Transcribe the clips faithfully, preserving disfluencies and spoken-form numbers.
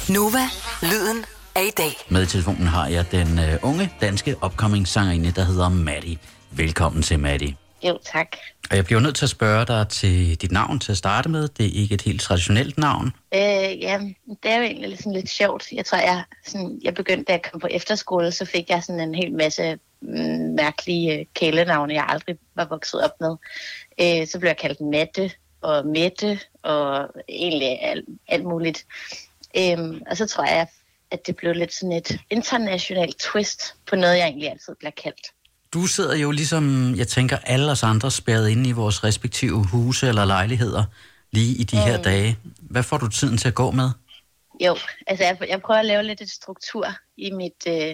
Nova, lyden af i dag. Med i telefonen har jeg den uh, unge danske upcoming sangerinde, der hedder Maddie. Velkommen til, Maddie. Jo, tak. Og jeg bliver nødt til at spørge dig til dit navn til at starte med. Det er ikke et helt traditionelt navn. Øh, ja, det er jo egentlig sådan lidt sjovt. Jeg tror, jeg, sådan, jeg begyndte, da jeg kom på efterskole, så fik jeg sådan en hel masse mm, mærkelige kælenavne, jeg aldrig var vokset op med. Øh, så blev jeg kaldt Mette og Mette og egentlig alt, alt muligt. Øh, og så tror jeg, at det blev lidt sådan et internationalt twist på noget, jeg egentlig altid bliver kaldt. Du sidder jo ligesom, jeg tænker, alle os andre spærret inde i vores respektive huse eller lejligheder lige i de mm. her dage. Hvad får du tiden til at gå med? Jo, altså jeg, jeg prøver at lave lidt et struktur i mit øh,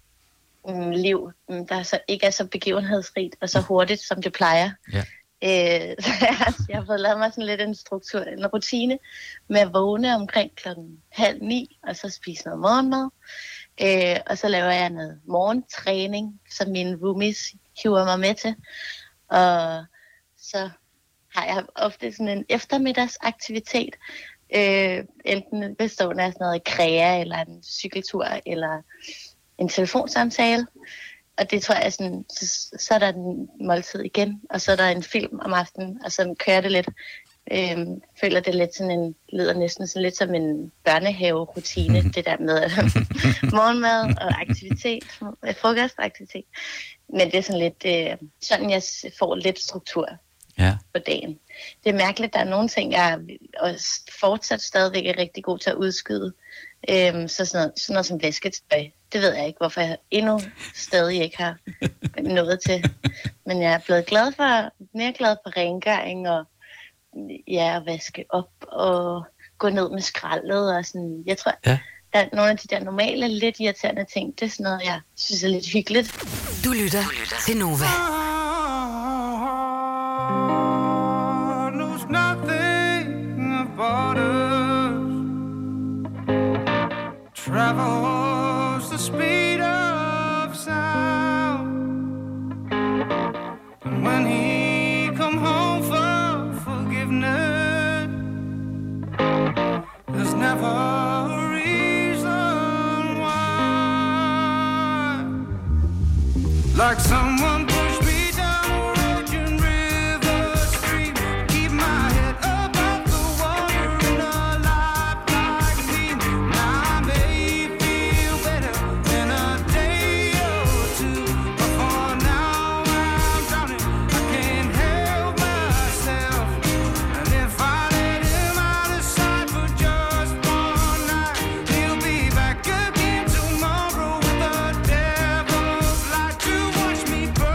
liv, der så ikke er så begivenhedsrigt og så hurtigt, som det plejer. Ja. Øh, så jeg, jeg har fået lavet mig sådan lidt en struktur, en rutine med at vågne omkring klokken halv ni, og så spise noget morgenmad. Øh, og så laver jeg noget morgentræning, som mine roomies hiver mig med til. Og så har jeg ofte sådan en eftermiddagsaktivitet, øh, enten bestående af sådan noget krea, eller en cykeltur, eller en telefonsamtale. Og det tror jeg sådan, så, så er der en måltid igen, og så er der en film om aftenen, og så kører det lidt. Øhm, føler det lidt sådan en, lyder næsten sådan lidt som en børnehave-rutine, det der med morgenmad og aktivitet, frokostaktivitet. Men det er sådan lidt, øh, sådan jeg får lidt struktur ja. På dagen. Det er mærkeligt, der er nogle ting, jeg også fortsat stadigvæk er rigtig god til at udskyde. Øhm, så sådan noget, sådan noget som væsketøj, det ved jeg ikke, hvorfor jeg endnu stadig ikke har nået til. Men jeg er blevet glad for, mere glad for rengøring og ja, at vaske op og gå ned med skraldet og sådan. Jeg tror, ja. Der er nogle af de der normale, lidt irriterende ting, det er sådan noget, jeg synes er lidt hyggeligt. Du lytter, du lytter. Til Nova. Travels the speed of sound, and when he come home for forgiveness, there's never a reason why. Like someone pushed me down a raging river stream, keep my head above the water in a life like me. Now I may feel better in a day or two, but for now I'm drowning, I can't help myself. And if I let him out of sight for just one night, he'll be back again tomorrow with the devil's light to watch me burn.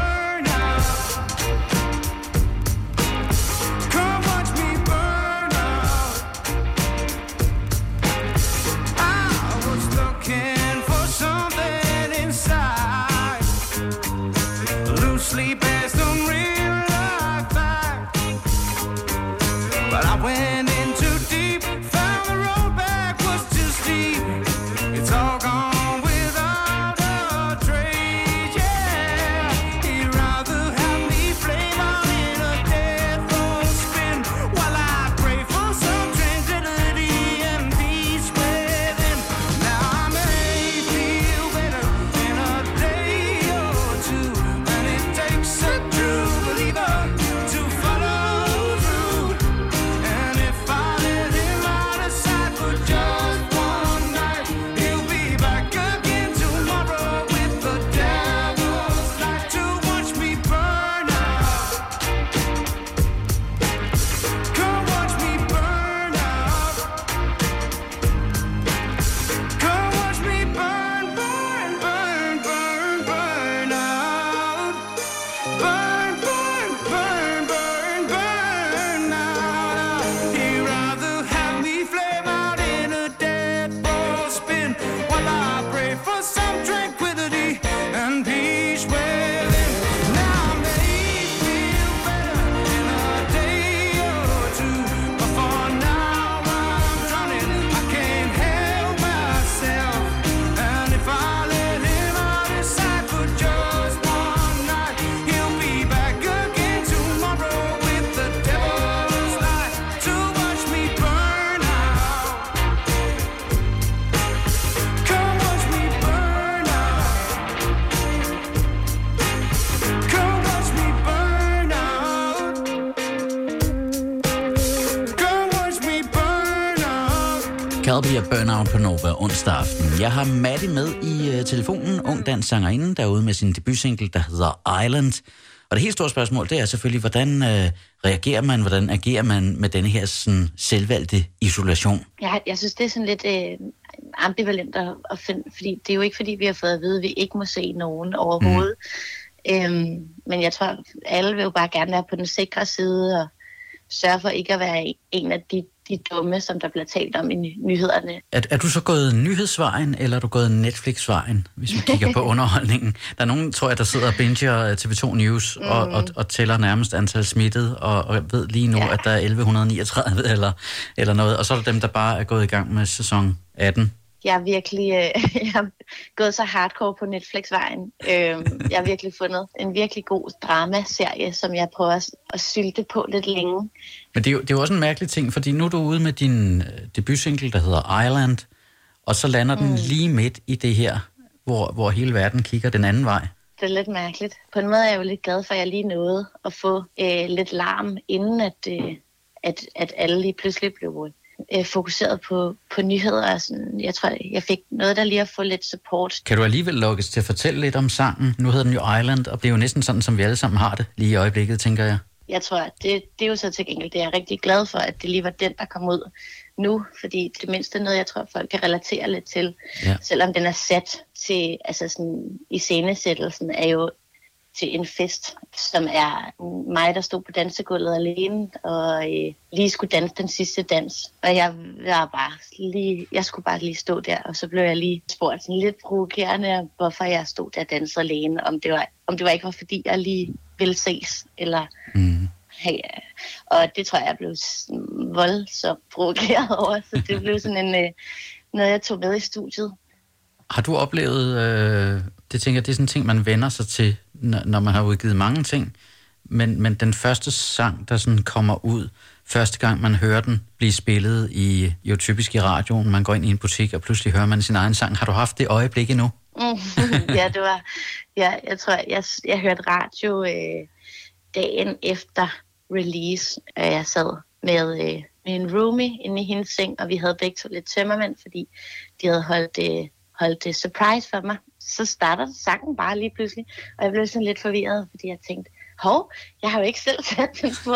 Calby og Burnout på Nova onsdag aften. Jeg har Maddie med i uh, telefonen, ung dansk sangerinde, der er ude med sin debutsingle, der hedder Island. Og det helt store spørgsmål, det er selvfølgelig, hvordan uh, reagerer man, hvordan agerer man med denne her sådan, selvvalgte isolation? Jeg, jeg synes, det er sådan lidt øh, ambivalent at, at finde, fordi det er jo ikke, fordi vi har fået at vide, at vi ikke må se nogen overhovedet. Mm. Øhm, men jeg tror, alle vil jo bare gerne være på den sikre side og sørge for ikke at være en af de de dumme, som der bliver talt om i nyhederne. Er, er du så gået nyhedsvejen, eller er du gået Netflix-vejen, hvis vi kigger på underholdningen? Der er nogen, tror jeg, der sidder og binger T V to News mm. og, og, og tæller nærmest antal smittede, og, og ved lige nu, ja. at der er elleve niogtredive eller, eller noget. Og så er der dem, der bare er gået i gang med sæson atten. Jeg er virkelig øh, jeg har gået så hardcore på Netflix-vejen. Øh, jeg har virkelig fundet en virkelig god dramaserie, som jeg prøver at, at sylte på lidt længe. Men det er, jo, det er jo også en mærkelig ting, fordi nu er du ude med din debutsingle, der hedder Island, og så lander mm. den lige midt i det her, hvor, hvor hele verden kigger den anden vej. Det er lidt mærkeligt. På en måde er jeg jo lidt glad for, at jeg lige nåede at få øh, lidt larm, inden at, øh, at, at alle lige pludselig blev øh, fokuseret på, på nyheder. Sådan, jeg tror, jeg fik noget, der lige at få lidt support. Kan du alligevel lukkes til at fortælle lidt om sangen? Nu hedder den jo Island, og det er jo næsten sådan, som vi alle sammen har det lige i øjeblikket, tænker jeg. Jeg tror, at det, det er jo så til gengæld, det er jeg rigtig glad for, at det lige var den, der kom ud nu. Fordi det mindste er noget, jeg tror, folk kan relatere lidt til. Ja. Selvom den er sat til, altså sådan, iscenesættelsen er jo til en fest, som er mig, der stod på dansegulvet alene, og øh, lige skulle danse den sidste dans. Og jeg var bare lige, jeg skulle bare lige stå der, og så blev jeg lige spurgt sådan lidt provokerende, hvorfor jeg stod der og dansede alene, om det var, om det var ikke var, fordi jeg lige ville ses, eller... Mm. Hey, og det tror jeg, jeg blev voldsomt provokeret over, så det blev sådan en, øh, noget, jeg tog med i studiet. Har du oplevet, øh, det tænker jeg, det er sådan en ting, man vender sig til, når man har udgivet mange ting, men, men den første sang, der sådan kommer ud, første gang man hører den blive spillet i, jo typisk i radioen, man går ind i en butik, og pludselig hører man sin egen sang. Har du haft det øjeblik endnu? Mm, ja, det var, ja, jeg tror, jeg, jeg hørte radio øh, dagen efter release, og jeg sad med, øh, med en roomie inde i hendes seng, og vi havde begge to lidt tømmermænd, fordi de havde holdt det, holdt det surprise for mig. Så starter sangen bare lige pludselig, og jeg blev sådan lidt forvirret, fordi jeg tænkte, hov, jeg har jo ikke selv sat den på.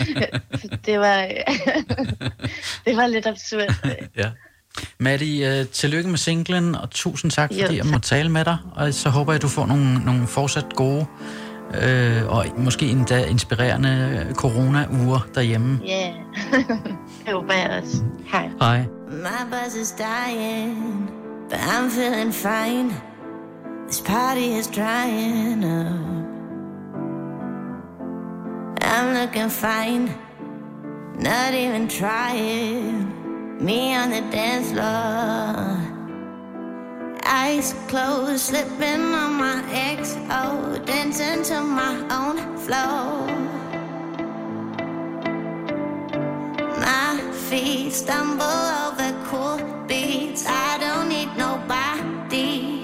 det var det var lidt absurd. Ja. Maddie, uh, tillykke med singlen, og tusind tak, fordi jo, jeg må tale med dig, og så håber jeg, at du får nogle, nogle fortsat gode øh, og måske endda inspirerende corona-uger derhjemme. Ja, yeah. Det håber jeg også. Hej. Hej. My buzz is dying, but I'm feeling fine. This party is drying up. I'm looking fine, not even trying. Me on the dance floor, eyes closed, slipping on my X O, dancing to my own flow. My feet stumble over cool beats. I don't need nobody.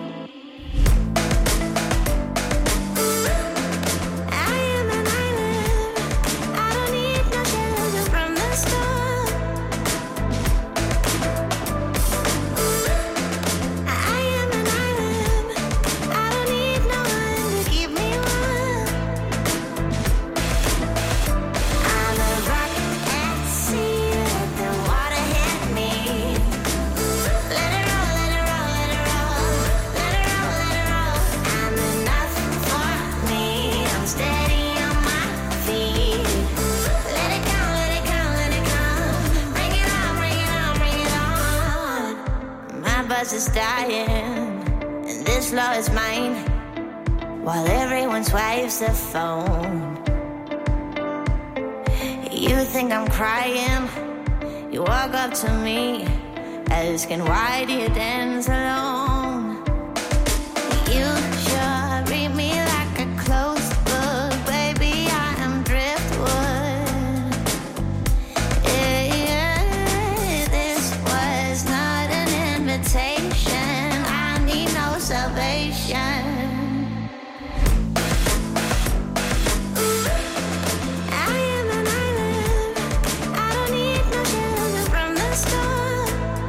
Is dying, and this floor is mine, while everyone swipes their phone. You think I'm crying, you walk up to me, asking why do you dance alone? You sure read me like a closed book, baby, I am driftwood. Yeah, this was not an invitation, salvation. I am an island. I don't need no shelter from the storm.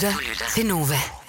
lytter til Nova.